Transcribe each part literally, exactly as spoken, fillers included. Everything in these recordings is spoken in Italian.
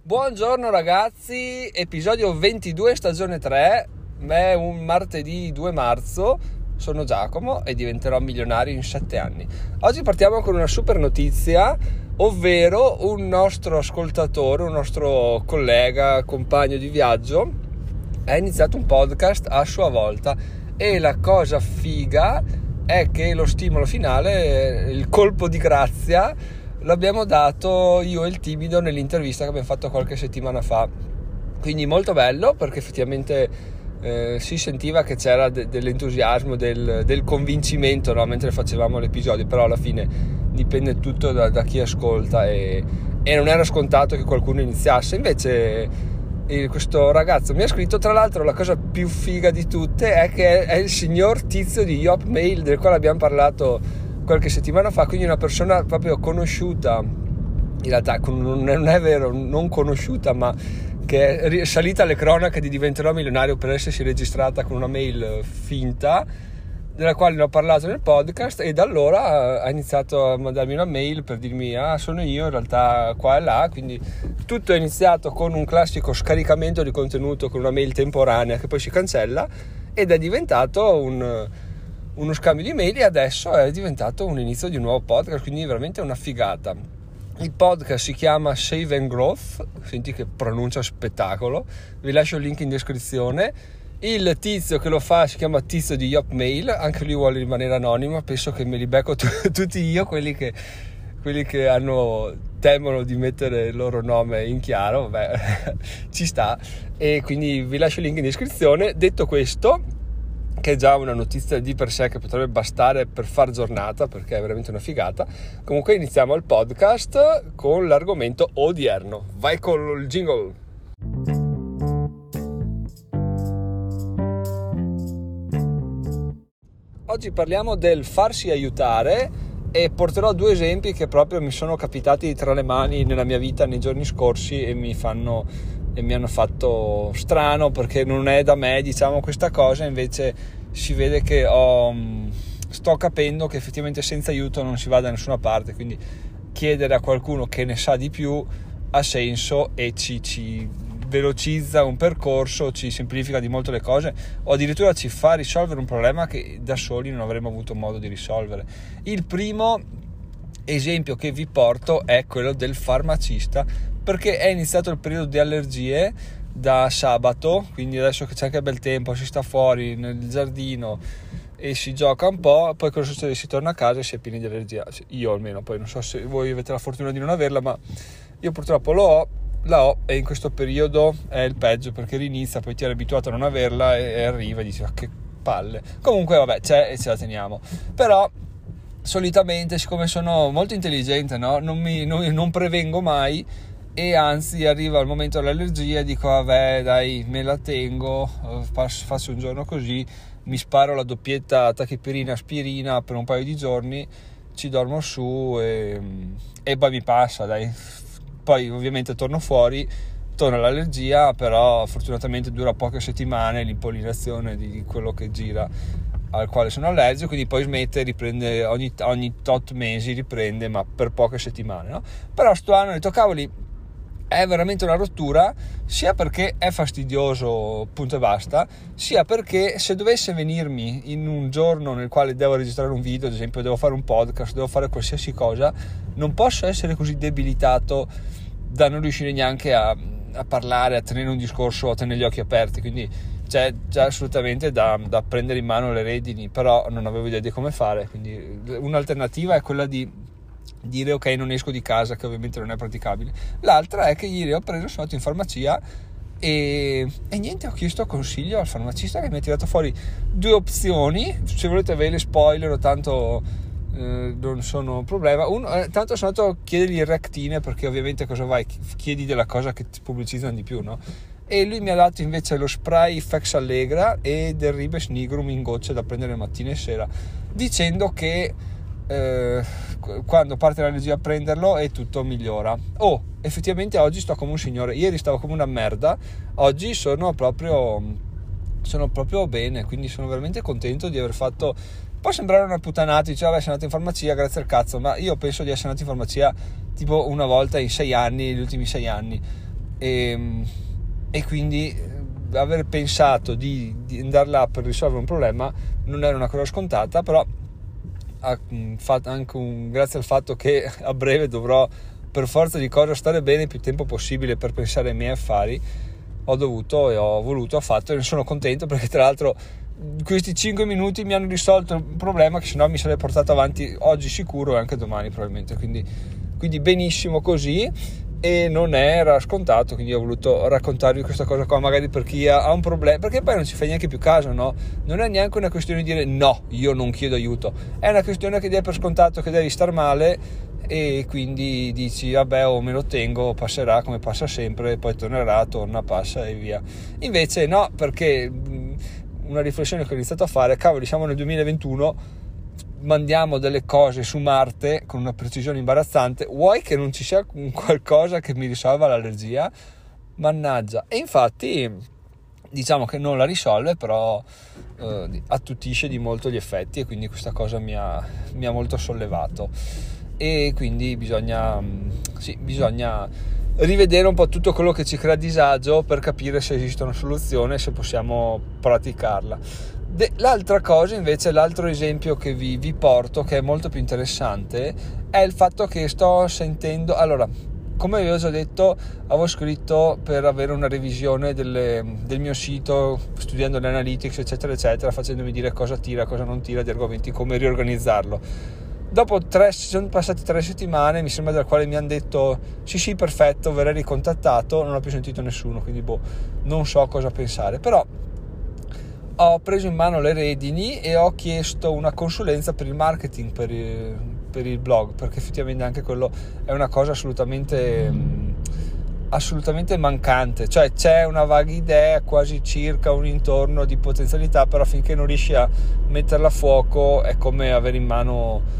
Buongiorno ragazzi, episodio ventidue stagione tre, è un martedì due marzo, sono Giacomo e diventerò milionario in sette anni. Oggi partiamo con una super notizia, ovvero un nostro ascoltatore, un nostro collega, compagno di viaggio, ha iniziato un podcast a sua volta e la cosa figa è che lo stimolo finale, il colpo di grazia, l'abbiamo dato io e il timido nell'intervista che abbiamo fatto qualche settimana fa, quindi molto bello perché effettivamente eh, si sentiva che c'era de- dell'entusiasmo, del, del convincimento, no? Mentre facevamo l'episodio, però alla fine dipende tutto da, da chi ascolta e, e non era scontato che qualcuno iniziasse. Invece il, questo ragazzo mi ha scritto, tra l'altro la cosa più figa di tutte è che è il signor Tizio di Yopmail, del quale abbiamo parlato qualche settimana fa, quindi una persona proprio conosciuta, in realtà non è vero, non conosciuta, ma che è salita alle cronache di diventerò milionario per essersi registrata con una mail finta, della quale ne ho parlato nel podcast, e da allora ha iniziato a mandarmi una mail per dirmi ah sono io, in realtà qua e là. Quindi tutto è iniziato con un classico scaricamento di contenuto con una mail temporanea che poi si cancella, ed è diventato un uno scambio di mail e adesso è diventato un inizio di un nuovo podcast, quindi veramente una figata. Il podcast si chiama Save and Growth, senti che pronuncia spettacolo, vi lascio il link in descrizione. Il tizio che lo fa si chiama Tizio di Yopmail, anche lui vuole rimanere anonimo, penso che me li becco t- tutti io, quelli che, quelli che hanno temono di mettere il loro nome in chiaro, beh, ci sta, e quindi vi lascio il link in descrizione. Detto questo, che è già una notizia di per sé che potrebbe bastare per far giornata, perché è veramente una figata. Comunque iniziamo il podcast con l'argomento odierno. Vai con il jingle. Oggi parliamo del farsi aiutare e porterò due esempi che proprio mi sono capitati tra le mani nella mia vita nei giorni scorsi e mi fanno e mi hanno fatto strano, perché non è da me, diciamo, questa cosa. Invece si vede che ho, sto capendo che effettivamente senza aiuto non si va da nessuna parte, quindi chiedere a qualcuno che ne sa di più ha senso e ci, ci velocizza un percorso, ci semplifica di molto le cose, o addirittura ci fa risolvere un problema che da soli non avremmo avuto modo di risolvere. Il primo esempio che vi porto è quello del farmacista, perché è iniziato il periodo di allergie da sabato, quindi adesso che c'è anche bel tempo, si sta fuori nel giardino e si gioca un po', poi cosa succede? Si torna a casa e si è pieni di allergia, io almeno, poi non so se voi avete la fortuna di non averla, ma io purtroppo lo ho, la ho, e in questo periodo è il peggio, perché l'inizia, poi ti eri abituato a non averla e, e arriva e dici ah, che palle. Comunque vabbè, c'è e ce la teniamo. Però solitamente, siccome sono molto intelligente, no? non, mi, non, non prevengo mai, e anzi arriva il momento dell'allergia e dico vabbè dai, me la tengo, faccio un giorno così, mi sparo la doppietta tachipirina aspirina per un paio di giorni, ci dormo su e, e poi mi passa, dai. Poi ovviamente torno fuori, torna l'allergia, però fortunatamente dura poche settimane l'impollinazione di quello che gira al quale sono allergico, quindi poi smette, riprende ogni, ogni tot mesi, riprende, ma per poche settimane, no? Però sto anno ho detto cavoli, è veramente una rottura, sia perché è fastidioso, punto e basta, sia perché se dovesse venirmi in un giorno nel quale devo registrare un video, ad esempio devo fare un podcast, devo fare qualsiasi cosa, non posso essere così debilitato da non riuscire neanche a, a parlare, a tenere un discorso, a tenere gli occhi aperti, quindi c'è già assolutamente da, da prendere in mano le redini, però non avevo idea di come fare, quindi un'alternativa è quella di dire ok, non esco di casa, che ovviamente non è praticabile. L'altra è che ieri ho preso, sono andato in farmacia e, e niente, ho chiesto consiglio al farmacista che mi ha tirato fuori due opzioni. Se volete ve le spoiler o tanto eh, non sono un problema. Uno, eh, tanto sono andato a chiedergli il Rectine, perché ovviamente cosa vai? Chiedi della cosa che ti pubblicizzano di più, no? E lui mi ha dato invece lo spray Fex Allegra e del Ribes Nigrum in gocce da prendere mattina e sera, dicendo che Eh, quando parte l'allergia a prenderlo e tutto migliora. Oh, effettivamente oggi sto come un signore, ieri stavo come una merda, oggi sono proprio sono proprio bene, quindi sono veramente contento di aver fatto. Può sembrare una puttanata, dice vabbè sei andato in farmacia, grazie al cazzo, ma io penso di essere andato in farmacia tipo una volta in sei anni, gli ultimi sei anni, e, e quindi aver pensato di, di andare là per risolvere un problema non era una cosa scontata, però anche un, grazie al fatto che a breve dovrò per forza di cose stare bene il più tempo possibile per pensare ai miei affari, ho dovuto e ho voluto, ho fatto, e ne sono contento, perché tra l'altro questi cinque minuti mi hanno risolto un problema che sennò mi sarei portato avanti oggi sicuro e anche domani probabilmente, quindi, quindi benissimo così, e non era scontato, quindi ho voluto raccontarvi questa cosa qua, magari per chi ha un problema, perché poi non ci fai neanche più caso, no? Non è neanche una questione di dire no, io non chiedo aiuto, è una questione che dai per scontato che devi star male e quindi dici vabbè, o me lo tengo, passerà come passa sempre, poi tornerà, torna, passa e via. Invece no, perché una riflessione che ho iniziato a fare, cavoli, siamo nel duemilaventuno, mandiamo delle cose su Marte con una precisione imbarazzante, vuoi che non ci sia qualcosa che mi risolva l'allergia? Mannaggia. E infatti diciamo che non la risolve, però eh, attutisce di molto gli effetti, e quindi questa cosa mi ha, mi ha molto sollevato, e quindi bisogna sì, bisogna rivedere un po' tutto quello che ci crea disagio per capire se esiste una soluzione e se possiamo praticarla. De, l'altra cosa invece, l'altro esempio che vi, vi porto, che è molto più interessante, è il fatto che sto sentendo, allora, come vi ho già detto, avevo scritto per avere una revisione delle, del mio sito, studiando le analytics eccetera eccetera, facendomi dire cosa tira, cosa non tira, di argomenti, come riorganizzarlo. Dopo tre, sono passate tre settimane, mi sembra, dal quale mi hanno detto sì sì perfetto, verrei ricontattato, non ho più sentito nessuno, quindi boh, non so cosa pensare, però ho preso in mano le redini e ho chiesto una consulenza per il marketing, per il, per il blog, perché effettivamente anche quello è una cosa assolutamente assolutamente mancante, cioè c'è una vaga idea, quasi circa un intorno di potenzialità, però finché non riesci a metterla a fuoco è come avere in mano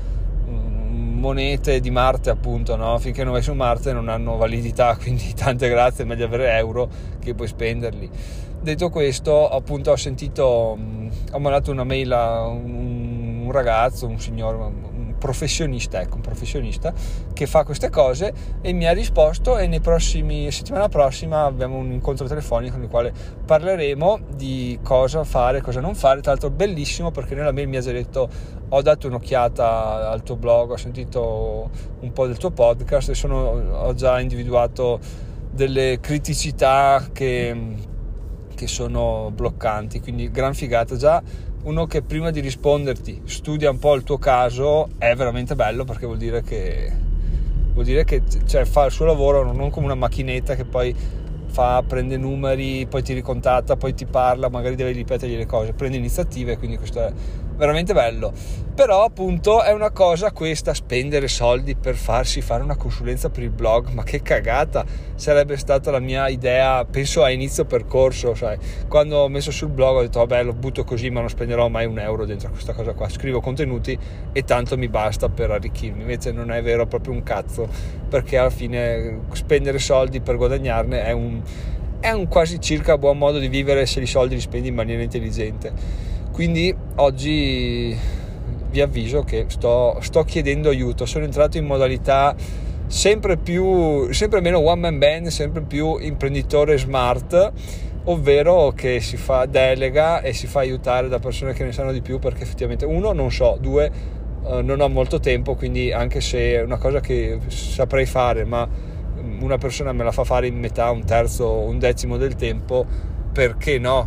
monete di Marte, appunto, no? Finché non vai su Marte non hanno validità, quindi tante grazie, è meglio avere euro che puoi spenderli. Detto questo, appunto, ho sentito, ho mandato una mail a un, un ragazzo, un signore, un professionista, ecco, un professionista che fa queste cose, e mi ha risposto, e nei prossimi, settimana prossima abbiamo un incontro telefonico nel quale parleremo di cosa fare, cosa non fare. Tra l'altro bellissimo, perché nella mail mi ha già detto: ho dato un'occhiata al tuo blog, ho sentito un po' del tuo podcast e sono, ho già individuato delle criticità che, che sono bloccanti, quindi gran figata. Già uno che prima di risponderti studia un po' il tuo caso è veramente bello, perché vuol dire che vuol dire che cioè, fa il suo lavoro, non come una macchinetta che poi fa, prende numeri, poi ti ricontatta, poi ti parla, magari deve ripetergli le cose, prende iniziative, quindi questo è veramente bello. Però appunto è una cosa questa, spendere soldi per farsi fare una consulenza per il blog, ma che cagata. Sarebbe stata la mia idea, penso a inizio percorso, sai, quando ho messo sul blog ho detto vabbè, lo butto così, ma non spenderò mai un euro dentro questa cosa qua, scrivo contenuti e tanto mi basta per arricchirmi. Invece non è vero proprio un cazzo, perché alla fine spendere soldi per guadagnarne è un è un quasi circa buon modo di vivere se i soldi li spendi in maniera intelligente. Quindi oggi vi avviso che sto, sto chiedendo aiuto, sono entrato in modalità sempre più, sempre meno one man band, sempre più imprenditore smart, ovvero che si fa delega e si fa aiutare da persone che ne sanno di più, perché effettivamente uno non so, due eh, non ho molto tempo, quindi anche se è una cosa che saprei fare ma una persona me la fa fare in metà, un terzo, un decimo del tempo, perché no?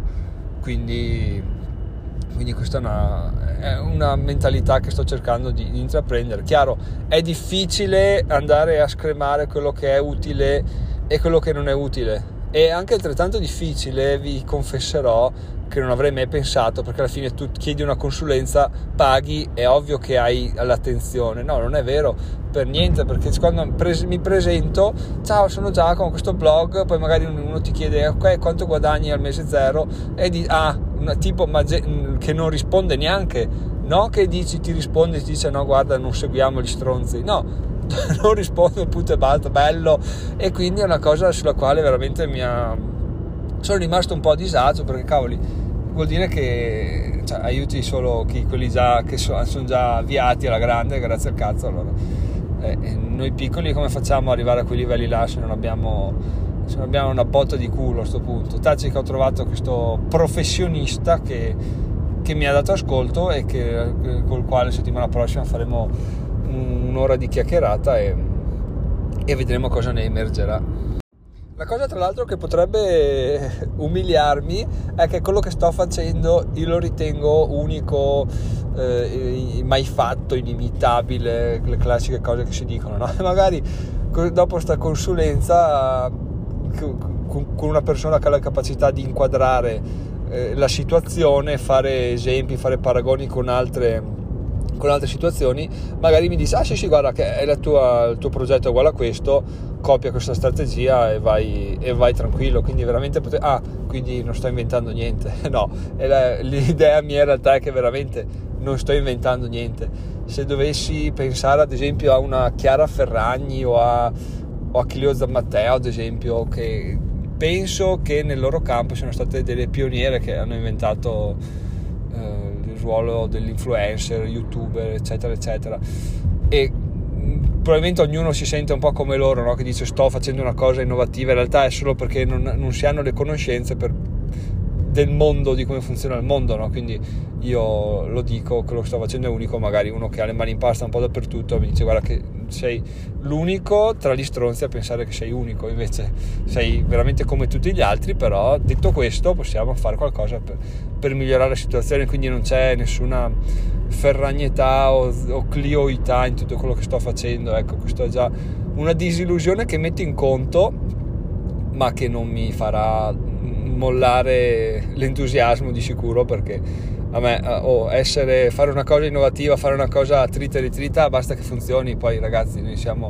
Quindi Quindi questa è una, è una mentalità che sto cercando di, di intraprendere. Chiaro, è difficile andare a scremare quello che è utile e quello che non è utile. E anche altrettanto difficile, vi confesserò, che non avrei mai pensato, perché alla fine tu chiedi una consulenza, paghi, è ovvio che hai l'attenzione. No, non è vero per niente, perché quando mi presento, ciao, sono Giacomo, questo blog, poi magari uno ti chiede ok, quanto guadagni al mese zero, e di ah, una tipo che non risponde neanche, no, che dici, ti risponde, ti dice no guarda, non seguiamo gli stronzi, no, non rispondo, punto e basta, bello. E quindi è una cosa sulla quale veramente mi ha sono rimasto un po' a disagio, perché cavoli, vuol dire che cioè, aiuti solo chi, quelli già che so, sono già avviati alla grande, grazie al cazzo. Allora eh, noi piccoli come facciamo ad arrivare a quei livelli là se non abbiamo cioè, abbiamo una botta di culo a sto punto. Tacci che ho trovato questo professionista che, che mi ha dato ascolto e che, col quale settimana prossima faremo un'ora di chiacchierata e, e vedremo cosa ne emergerà. La cosa tra l'altro che potrebbe umiliarmi è che quello che sto facendo io lo ritengo unico, eh, mai fatto, inimitabile, le classiche cose che si dicono, no? Magari dopo sta consulenza con una persona che ha la capacità di inquadrare eh, la situazione, fare esempi, fare paragoni con altre con altre situazioni, magari mi dice ah sì sì guarda che è la tua, il tuo progetto è uguale a questo, copia questa strategia e vai, e vai tranquillo, quindi veramente pote- ah quindi non sto inventando niente. No, e la, l'idea mia in realtà è che veramente non sto inventando niente. Se dovessi pensare ad esempio a una Chiara Ferragni o a, o a Clio Zammatteo ad esempio, che penso che nel loro campo siano state delle pioniere che hanno inventato il ruolo dell'influencer, youtuber, eccetera eccetera, e probabilmente ognuno si sente un po' come loro, no? Che dice sto facendo una cosa innovativa, in realtà è solo perché non, non si hanno le conoscenze per, del mondo, di come funziona il mondo, no? Quindi io lo dico, quello che sto facendo è unico. Magari uno che ha le mani in pasta un po' dappertutto mi dice guarda che sei l'unico tra gli stronzi a pensare che sei unico, invece sei veramente come tutti gli altri. Però detto questo possiamo fare qualcosa per, per migliorare la situazione, quindi non c'è nessuna ferragnetà o, o clioità in tutto quello che sto facendo. Ecco, questo è già una disillusione che metto in conto, ma che non mi farà mollare l'entusiasmo di sicuro, perché a me oh, essere, fare una cosa innovativa, fare una cosa trita e ritrita, basta che funzioni. Poi ragazzi, noi siamo,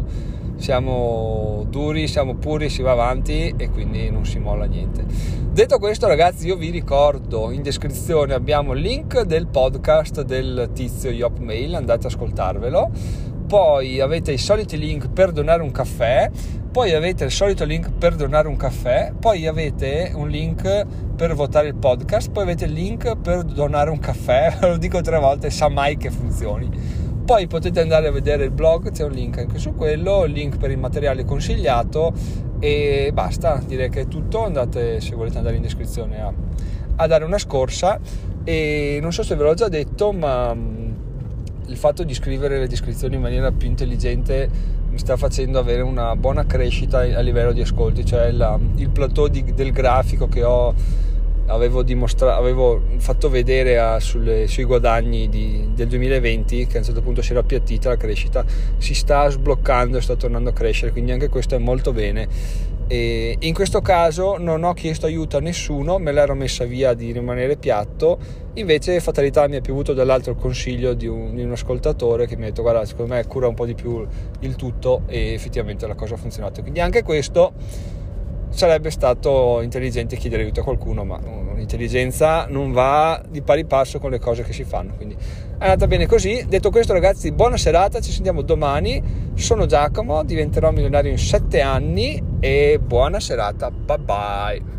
siamo duri, siamo puri, si va avanti e quindi non si molla niente. Detto questo ragazzi, io vi ricordo, in descrizione abbiamo il link del podcast del tizio Yopmail, andate ad ascoltarvelo. Poi avete i soliti link per donare un caffè, poi avete il solito link per donare un caffè, poi avete un link per votare il podcast, poi avete il link per donare un caffè, lo dico tre volte, sa mai che funzioni. Poi potete andare a vedere il blog, c'è un link anche su quello, il link per il materiale consigliato e basta, direi che è tutto. Andate, se volete andare in descrizione a, a dare una scorsa. E non so se ve l'ho già detto, ma il fatto di scrivere le descrizioni in maniera più intelligente mi sta facendo avere una buona crescita a livello di ascolti, cioè la, il plateau di, del grafico che ho avevo dimostrato, avevo fatto vedere a, sulle, sui guadagni di, del duemilaventi, che a un certo punto si era appiattita la crescita, si sta sbloccando e sta tornando a crescere, quindi anche questo è molto bene. E in questo caso non ho chiesto aiuto a nessuno, me l'ero messa via di rimanere piatto. Invece fatalità mi è piovuto dall'altro il consiglio di un, di un ascoltatore che mi ha detto guarda, secondo me cura un po' di più il tutto, e effettivamente la cosa ha funzionato. Quindi anche questo sarebbe stato intelligente chiedere aiuto a qualcuno, ma l'intelligenza non va di pari passo con le cose che si fanno, quindi è andata bene così. Detto questo ragazzi, buona serata, ci sentiamo domani. Sono Giacomo, diventerò milionario in sette anni e buona serata, bye bye.